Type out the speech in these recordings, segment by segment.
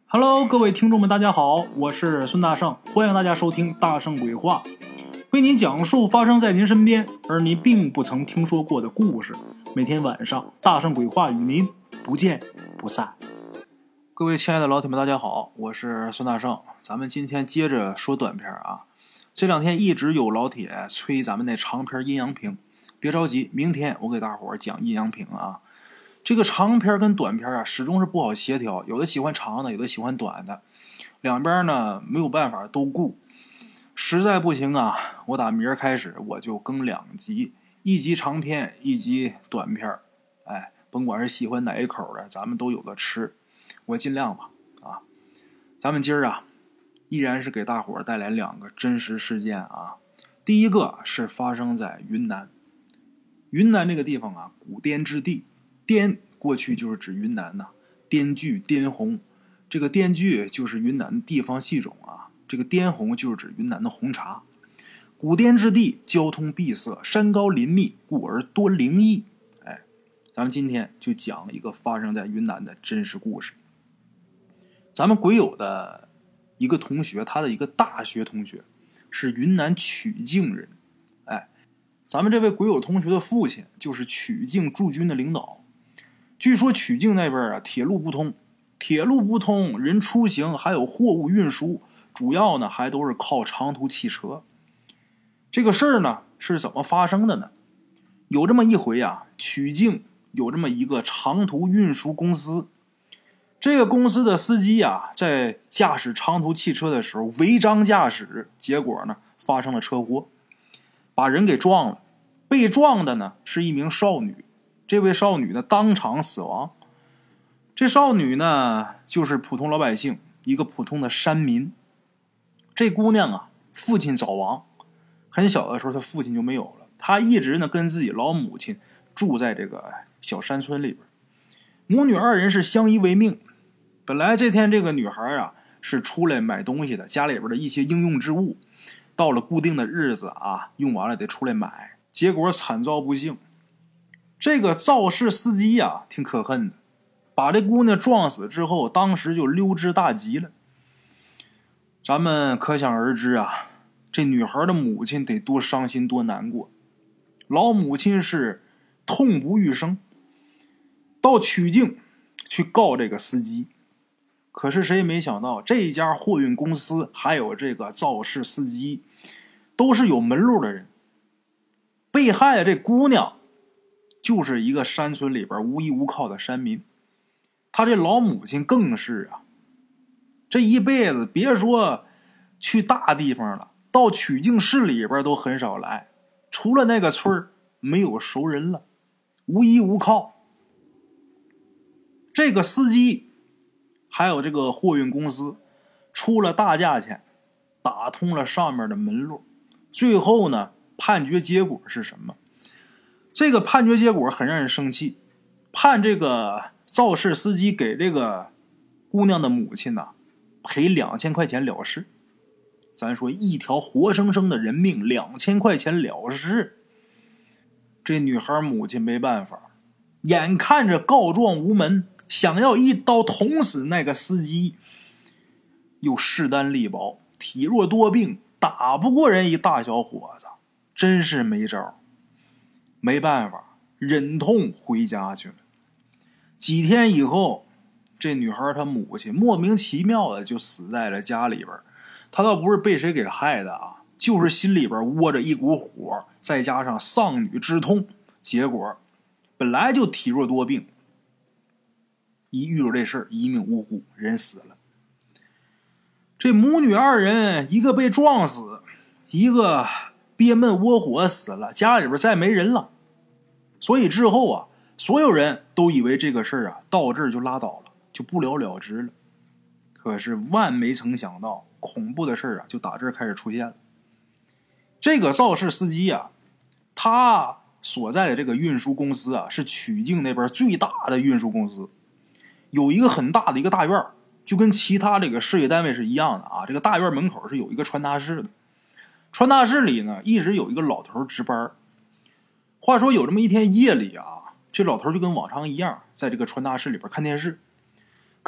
Hello， 各位听众们，大家好，我是孙大圣，欢迎大家收听大圣鬼话，为您讲述发生在您身边而您并不曾听说过的故事。每天晚上，大圣鬼话与您不见不散。各位亲爱的老铁们，大家好，我是孙大圣，咱们今天接着说短片啊。这两天一直有老铁催咱们那长篇阴阳评，别着急，明天我给大伙儿讲阴阳评啊。这个长篇跟短篇啊，始终是不好协调，有的喜欢长的，有的喜欢短的，两边呢没有办法都顾，实在不行啊，我打明儿开始我就更2集，一集长篇，一集短篇，哎，甭管是喜欢哪一口的，咱们都有的吃，我尽量吧啊。咱们今儿啊，依然是给大伙儿带来2个真实事件啊。第一个是发生在云南，云南这个地方啊，古滇之地。滇过去就是指云南呐，滇剧、滇红，这个滇剧就是云南的地方戏种啊，这个滇红就是指云南的红茶。古滇之地交通闭塞，山高林密，故而多灵异。哎，咱们今天就讲一个发生在云南的真实故事。咱们鬼友的一个同学，他的一个大学同学是云南曲靖人。哎，咱们这位鬼友同学的父亲就是曲靖驻军的领导。据说曲靖那边啊，铁路不通，人出行还有货物运输，主要呢还都是靠长途汽车。这个事儿呢是怎么发生的呢？有这么一回啊，曲靖有这么一个长途运输公司，这个公司的司机啊，在驾驶长途汽车的时候违章驾驶，结果呢发生了车祸，把人给撞了。被撞的呢是一名少女。这位少女呢当场死亡。这少女呢就是普通老百姓，一个普通的山民。这姑娘啊，父亲早亡，很小的时候她父亲就没有了，她一直呢跟自己老母亲住在这个小山村里边。母女2人是相依为命。本来这天这个女孩啊是出来买东西的，家里边的一些应用之物，到了固定的日子啊，用完了得出来买，结果惨遭不幸。这个肇事司机呀，挺可恨的，把这姑娘撞死之后，当时就溜之大吉了。咱们可想而知啊，这女孩的母亲得多伤心多难过，老母亲是痛不欲生，到曲靖去告这个司机。可是谁也没想到，这家货运公司还有这个肇事司机都是有门路的人。被害的这姑娘就是一个山村里边无依无靠的山民，他这老母亲更是啊，这一辈子别说去大地方了，到曲靖市里边都很少来，除了那个村没有熟人了，无依无靠。这个司机还有这个货运公司出了大价钱，打通了上面的门路，最后呢，判决结果是什么？这个判决结果很让人生气，判这个肇事司机给这个姑娘的母亲呢赔2000块钱了事。咱说一条活生生的人命，2000块钱了事。这女孩母亲没办法，眼看着告状无门，想要一刀捅死那个司机，又势单力薄，体弱多病，打不过人一大小伙子，真是没招。没办法，忍痛回家去了。几天以后，这女孩她母亲莫名其妙的就死在了家里边。她倒不是被谁给害的啊，就是心里边窝着一股火，再加上丧女之痛，结果本来就体弱多病，一遇到这事儿一命呜呼，人死了。这母女2人，一个被撞死，一个憋闷窝火死了，家里边再没人了。所以之后啊，所有人都以为这个事儿啊到这儿就拉倒了，就不了了之了。可是万没曾想到，恐怖的事儿啊就打这儿开始出现了。这个肇事司机啊，他所在的这个运输公司啊是曲靖那边最大的运输公司，有一个很大的一个大院，就跟其他这个事业单位是一样的啊。这个大院门口是有一个传达室的，传达室里呢一直有一个老头值班。话说有这么一天夜里啊，这老头就跟往常一样，在这个传达室里边看电视。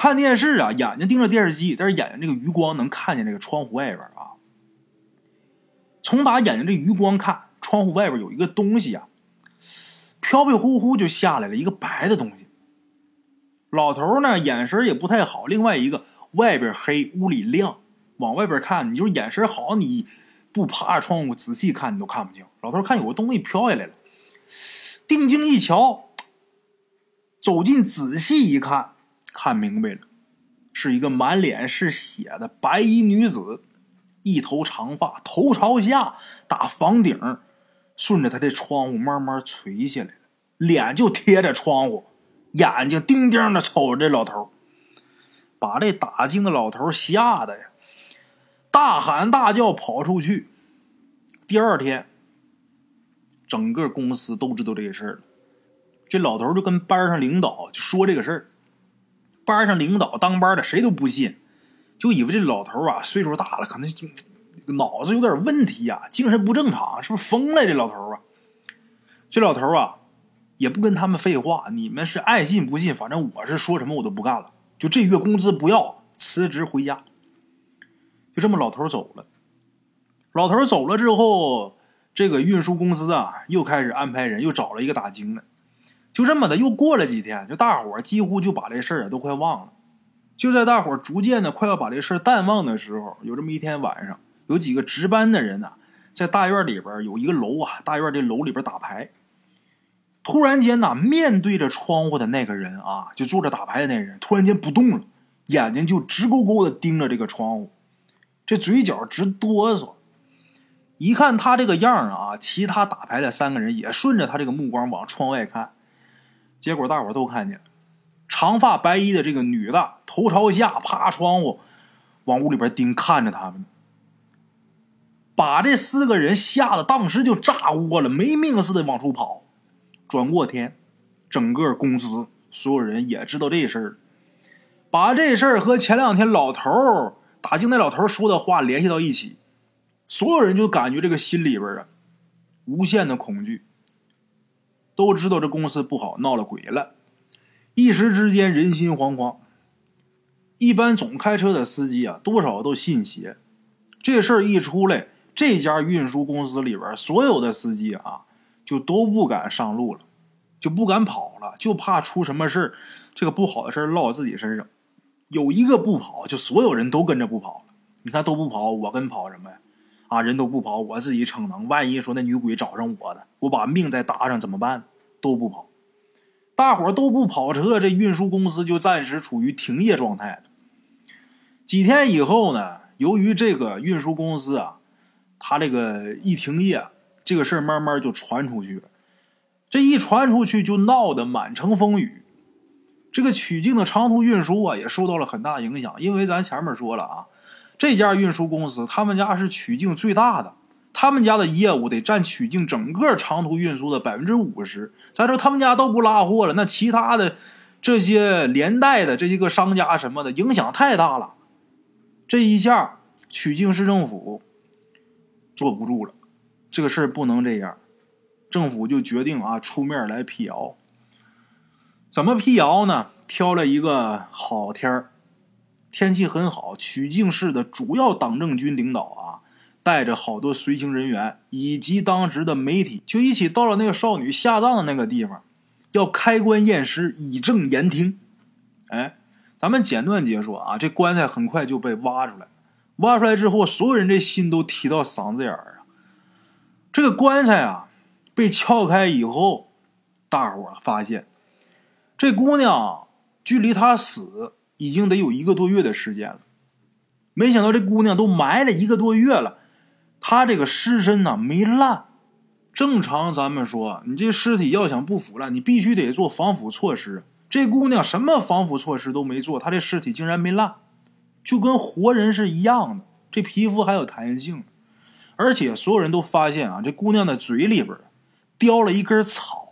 看电视啊，眼睛盯着电视机，但是眼睛这个余光能看见这个窗户外边啊。从打眼睛这余光看，窗户外边有一个东西啊，飘飘忽忽就下来了一个白的东西。老头呢眼神也不太好，另外一个外边黑屋里亮，往外边看你就是眼神好，你不趴着窗户仔细看你都看不清。老头看有个东西飘下来了，定睛一瞧，走近仔细一看，看明白了，是一个满脸是血的白衣女子，一头长发，头朝下，打房顶顺着他的窗户慢慢垂下来了，脸就贴着窗户，眼睛盯盯的瞅着这老头，把这打惊的老头吓得呀，大喊大叫跑出去。第二天，整个公司都知道这个事儿了。这老头就跟班上领导就说这个事儿，班上领导当班的谁都不信，就以为这老头啊岁数大了，可能脑子有点问题啊，精神不正常，是不是疯了？这老头啊，这老头啊也不跟他们废话，你们是爱信不信，反正我是说什么我都不干了，就这月工资不要，辞职回家。就这么老头走了。老头走了之后，这个运输公司啊又开始安排人，又找了一个打更的。就这么的又过了几天，就大伙几乎就把这事儿都快忘了。就在大伙逐渐的快要把这事儿淡忘的时候，有这么一天晚上，有几个值班的人呢，在大院里边有一个楼啊，大院这楼里边打牌。突然间呢，面对着窗户的那个人啊，就坐着打牌的那个人突然间不动了，眼睛就直勾勾的盯着这个窗户，这嘴角直哆嗦。一看他这个样啊，其他打牌的3个人也顺着他这个目光往窗外看，结果大伙都看见了，长发白衣的这个女的头朝下趴窗户往屋里边盯，看着他们，把这4个人吓得当时就炸窝了，没命似的往出跑。转过天，整个公司所有人也知道这事儿，把这事儿和前2天老头打惊那老头说的话联系到一起，所有人就感觉这个心里边啊无限的恐惧，都知道这公司不好，闹了鬼了，一时之间人心惶惶。一般总开车的司机啊，多少都信邪。这事儿一出来，这家运输公司里边所有的司机啊，就都不敢上路了，就不敢跑了，就怕出什么事儿，这个不好的事儿落自己身上。有一个不跑，就所有人都跟着不跑了。你看都不跑，我跟跑什么呀？啊，人都不跑，我自己逞能，万一说那女鬼找上我的，我把命再搭上怎么办？都不跑。大伙都不跑车，这运输公司就暂时处于停业状态了。几天以后呢，由于这个运输公司啊，它这个一停业，这个事儿慢慢就传出去了。这一传出去就闹得满城风雨。这个曲靖的长途运输啊也受到了很大影响，因为咱前面说了啊，这家运输公司他们家是曲靖最大的，他们家的业务得占曲靖整个长途运输的 50%。 咱说他们家都不拉货了，那其他的这些连带的这些个商家什么的影响太大了。这一下曲靖市政府坐不住了，这个事儿不能这样，政府就决定啊出面来辟谣。怎么辟谣呢？挑了一个好天儿，天气很好，曲靖市的主要党政军领导啊，带着好多随行人员以及当时的媒体，就一起到了那个少女下葬的那个地方，要开棺验尸，以正言听。哎，咱们简短解说啊，这棺材很快就被挖出来，挖出来之后，所有人这心都提到嗓子眼儿啊。这个棺材啊被撬开以后，大伙儿发现这姑娘距离她死已经得有1个多月的时间了。没想到这姑娘都埋了1个多月了，她这个尸身呢没烂。正常咱们说，你这尸体要想不腐烂，你必须得做防腐措施。这姑娘什么防腐措施都没做，她这尸体竟然没烂，就跟活人是一样的，这皮肤还有弹性。而且所有人都发现啊，这姑娘的嘴里边叼了一根草。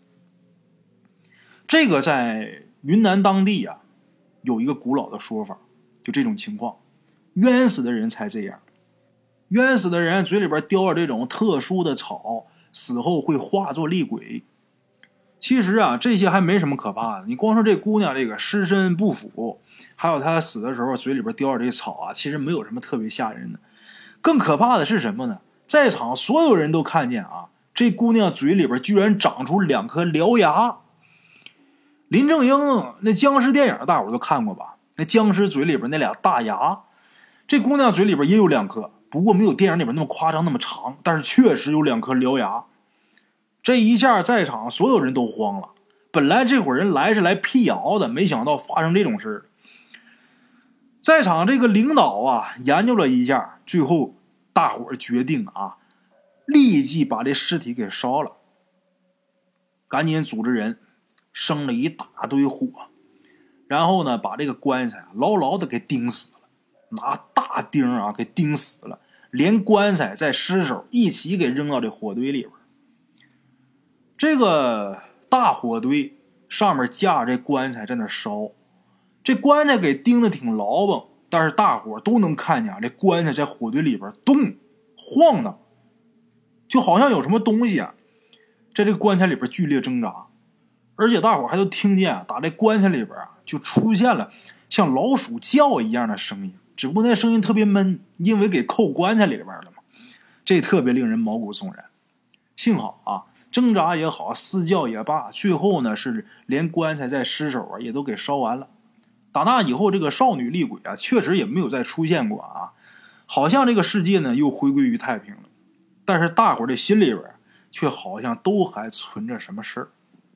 这个在云南当地啊有一个古老的说法，就这种情况冤死的人才这样，冤死的人嘴里边叼着这种特殊的草，死后会化作厉鬼。 其实啊，这些还没什么可怕的。你光说这姑娘这个尸身不腐，还有她死的时候嘴里边叼着这草啊，其实没有什么特别吓人的。更可怕的是什么呢？在场所有人都看见啊，这姑娘嘴里边居然长出2颗獠牙。林正英那僵尸电影大伙都看过吧？那僵尸嘴里边那俩大牙，这姑娘嘴里边也有2颗，不过没有电影里边那么夸张那么长，但是确实有2颗獠牙。这一下在场所有人都慌了，本来这伙人来是来辟谣的，没想到发生这种事儿。在场这个领导啊研究了一下，最后大伙决定啊，立即把这尸体给烧了，赶紧组织人生了一大堆火，然后呢把这个棺材牢牢的给钉死了，拿大钉啊给钉死了，连棺材在尸首一起给扔到这火堆里边。这个大火堆上面架着这棺材在那烧，这棺材给钉的挺牢吧，但是大伙都能看见啊，这棺材在火堆里边动晃荡，就好像有什么东西啊在这个棺材里边剧烈挣扎。而且大伙还都听见啊，打这棺材里边啊就出现了像老鼠叫一样的声音，只不过那声音特别闷，因为给扣棺材里边了嘛，这特别令人毛骨悚然。幸好啊，挣扎也好，嘶叫也罢，最后呢是连棺材在尸首啊也都给烧完了。打那以后，这个少女厉鬼啊确实也没有再出现过啊，好像这个世界呢又回归于太平了。但是大伙儿的心里边却好像都还存着什么事儿。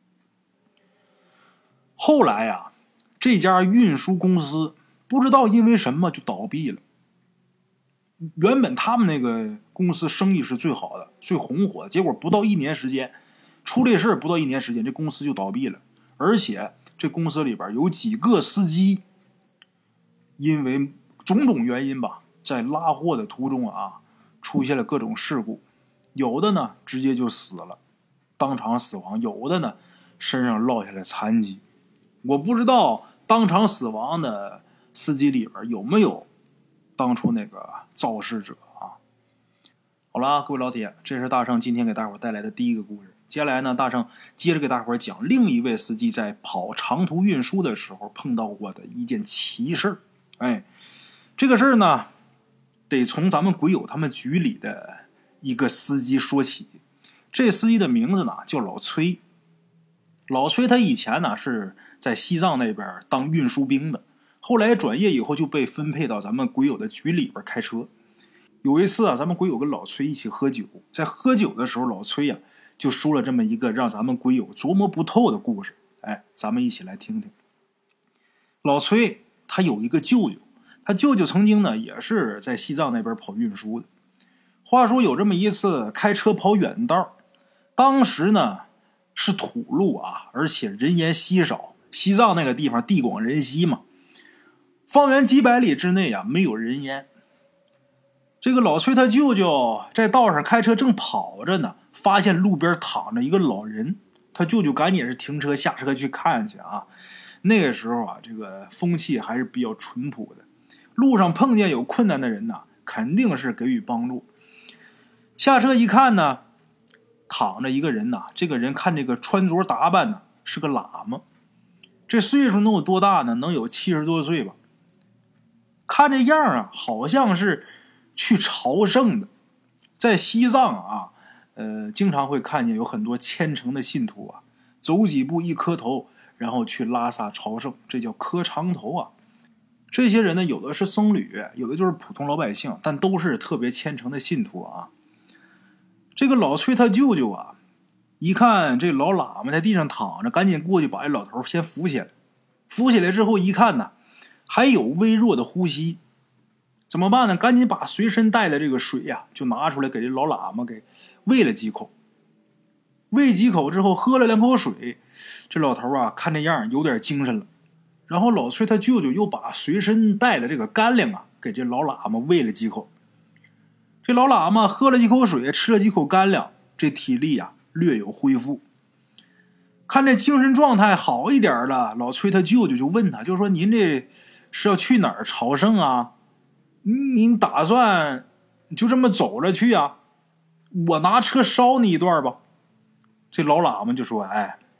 后来啊，这家运输公司不知道因为什么就倒闭了。原本他们那个公司生意是最好的最红火的，结果不到1年时间出这事儿，不到1年时间这公司就倒闭了。而且这公司里边有几个司机因为种种原因吧，在拉货的途中啊出现了各种事故，有的呢直接就死了，当场死亡，有的呢身上落下来残疾。我不知道当场死亡的司机里边有没有当初那个肇事者啊。好了，各位老铁，这是大圣今天给大伙带来的第一个故事。接下来呢，大圣接着给大伙讲另一位司机在跑长途运输的时候碰到过的一件奇事儿。这个事儿呢得从咱们鬼友他们局里的一个司机说起。这司机的名字呢叫老崔。老崔他以前呢是在西藏那边当运输兵的，后来转业以后就被分配到咱们鬼友的局里边开车。有一次啊，咱们鬼友跟老崔一起喝酒，在喝酒的时候，老崔啊就说了这么一个让咱们鬼友琢磨不透的故事。咱们一起来听听。老崔他有一个舅舅，他舅舅曾经呢也是在西藏那边跑运输的。话说有这么一次开车跑远道，当时呢是土路啊，而且人烟稀少，西藏那个地方地广人稀嘛，方圆几百里之内啊没有人烟。这个老崔他舅舅在道上开车正跑着呢，发现路边躺着一个老人，他舅舅赶紧是停车下车去看去啊。那个时候啊，这个风气还是比较淳朴的，路上碰见有困难的人呢，肯定是给予帮助。下车一看呢，躺着一个人呐，这个人看这个穿着打扮呢是个喇嘛，这岁数能有多大呢？能有70多岁吧。看这样啊，好像是去朝圣的。在西藏啊，经常会看见有很多虔诚的信徒啊，走几步一磕头，然后去拉萨朝圣，这叫磕长头啊。这些人呢，有的是僧侣，有的就是普通老百姓，但都是特别虔诚的信徒啊。这个老崔他舅舅啊，一看这老喇嘛在地上躺着，赶紧过去把这老头先扶起来。扶起来之后一看呢，还有微弱的呼吸，怎么办呢？赶紧把随身带的这个水呀，就拿出来给这老喇嘛给喂了几口。喂几口之后，喝了2口水，这老头啊看这样有点精神了。然后老崔他舅舅又把随身带的这个干粮啊，给这老喇嘛喂了几口。这老喇嘛喝了几口水，吃了几口干粮，这体力啊略有恢复。看这精神状态好一点了，老崔他舅舅就问他，就说您这是要去哪儿朝圣啊？您打算就这么走着去啊？我拿车捎你一段吧。这老喇嘛就说，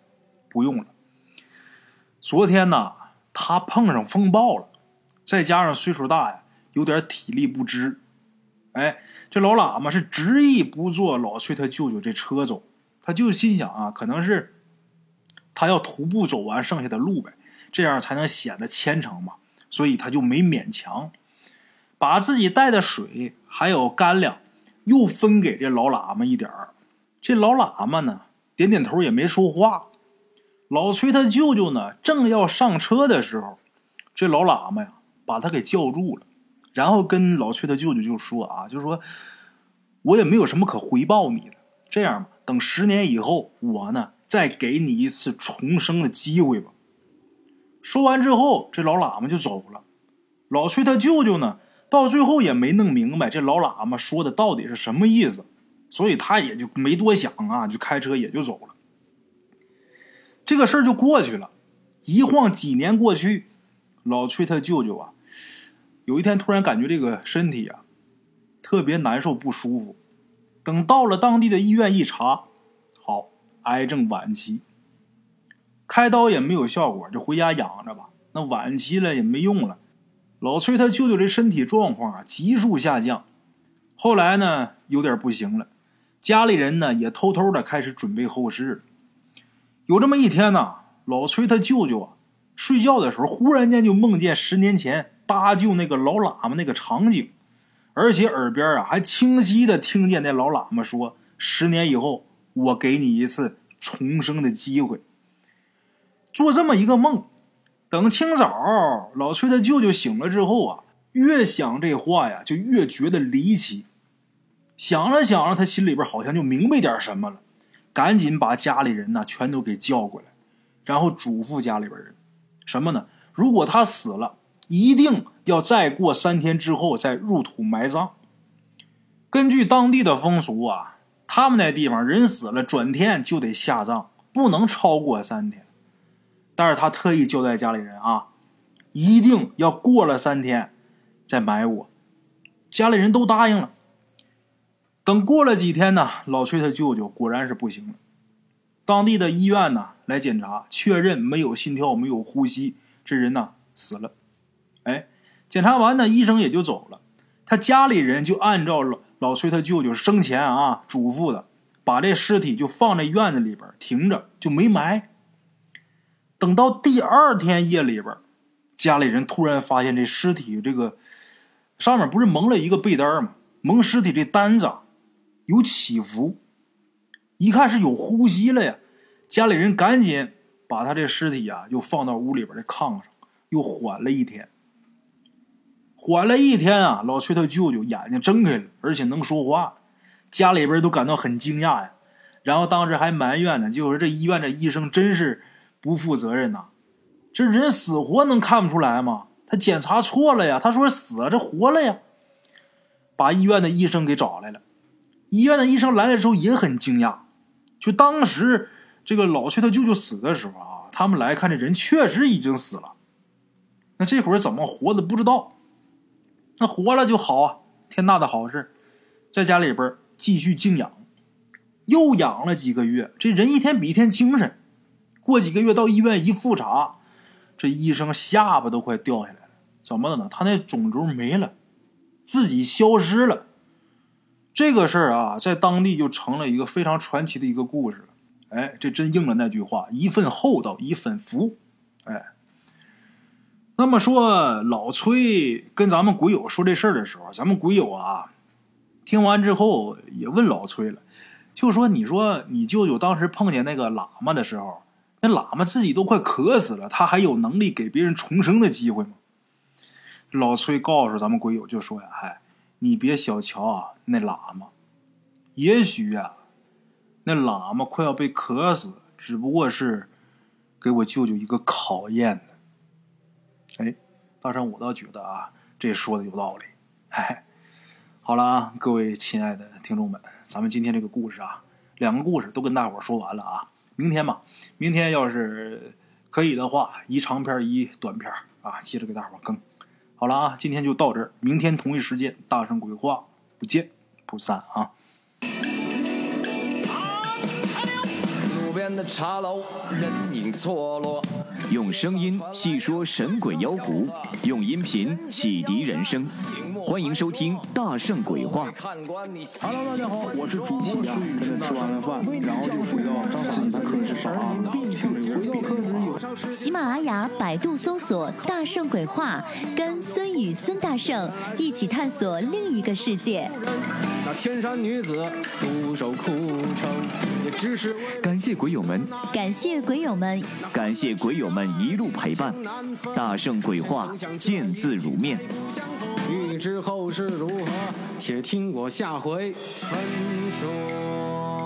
不用了。昨天呢，他碰上风暴了，再加上岁数大呀，有点体力不支。这老喇嘛是执意不坐老崔他舅舅这车走，他就心想啊，可能是他要徒步走完剩下的路呗，这样才能显得虔诚嘛，所以他就没勉强，把自己带的水还有干粮又分给这老喇嘛一点儿。这老喇嘛呢，点点头也没说话。老崔他舅舅呢，正要上车的时候，这老喇嘛呀，把他给叫住了，然后跟老崔他舅舅就说啊，就说我也没有什么可回报你的，这样吧，等10年以后，我呢再给你一次重生的机会吧。说完之后，这老喇嘛就走了。老崔他舅舅呢，到最后也没弄明白这老喇嘛说的到底是什么意思，所以他也就没多想啊，就开车也就走了。这个事儿就过去了。一晃几年过去，老崔他舅舅啊，有一天突然感觉这个身体啊特别难受不舒服。等到了当地的医院一查，好，癌症晚期，开刀也没有效果，就回家养着吧。那晚期了也没用了。老崔他舅舅这身体状况啊急速下降，后来呢有点不行了，家里人呢也偷偷的开始准备后事了。有这么一天呢，老崔他舅舅啊睡觉的时候忽然间就梦见10年前搭救那个老喇嘛那个场景，而且耳边啊还清晰的听见那老喇嘛说10年以后我给你一次重生的机会。做这么一个梦，等清早老崔他舅舅醒了之后啊，越想这话呀就越觉得离奇。想着想着，他心里边好像就明白点什么了，赶紧把家里人呢全都给叫过来，然后嘱咐家里边人什么呢？如果他死了，一定要再过3天之后再入土埋葬。根据当地的风俗啊，他们那地方人死了转天就得下葬，不能超过3天。但是他特意交代家里人啊，一定要过了3天再埋我。家里人都答应了。等过了几天呢，老崔他舅舅果然是不行了。当地的医院呢来检查，确认没有心跳，没有呼吸，这人呢死了。检查完呢，医生也就走了。他家里人就按照老崔他舅舅生前啊嘱咐的，把这尸体就放在院子里边停着，就没埋。等到第2天夜里边，家里人突然发现这尸体这个上面不是蒙了一个被单吗？蒙尸体这单子有起伏，一看是有呼吸了呀。家里人赶紧把他这尸体啊又放到屋里边的炕上，又缓了1天。缓了1天啊，老崔他舅舅眼睛睁开了，而且能说话，家里边都感到很惊讶呀。然后当时还埋怨呢，就是这医院这医生真是不负责任呐，这人死活能看不出来吗？他检查错了呀，他说死了，这活了呀。把医院的医生给找来了。医院的医生来了之后也很惊讶，就当时这个老崔他舅舅死的时候啊，他们来看这人确实已经死了。那这会儿怎么活的不知道，那活了就好啊，天大的好事。在家里边继续静养，又养了几个月，这人一天比一天精神。过几个月到医院一复查，这医生下巴都快掉下来了。怎么的呢？他那肿瘤没了，自己消失了。这个事儿啊，在当地就成了一个非常传奇的一个故事了。这真应了那句话，一份厚道一份福。那么说老崔跟咱们鬼友说这事儿的时候，咱们鬼友啊听完之后也问老崔了，就说你说你舅舅当时碰见那个喇嘛的时候，那喇嘛自己都快渴死了，他还有能力给别人重生的机会吗？老崔告诉咱们鬼友就说呀，你别小瞧啊那喇嘛，也许啊那喇嘛快要被渴死，只不过是给我舅舅一个考验呢。大圣我倒觉得啊这说的有道理。好了啊，各位亲爱的听众们，咱们今天这个故事啊，2个故事都跟大伙说完了啊。明天要是可以的话，一长篇一短篇啊，接着给大伙更。好了啊，今天就到这儿，明天同一时间大圣鬼话不见不散啊。 路边间的茶楼，人影错落。 用声音细说神鬼妖狐，用音频启迪人生。欢迎收听《大圣鬼话》。 Hello， 大家好，我是主播孙宇，吃完了饭，然后就回到自己的课室上啊。 喜马拉雅、百度搜索“大圣鬼话”，跟孙宇、孙大圣一起探索另一个世界。 那天山女子独守空城，也只是感谢鬼友们， 感谢鬼友们， 感谢鬼友们一路陪伴。大圣鬼话，见字如面。 欲知后事如何，且听我下回分说。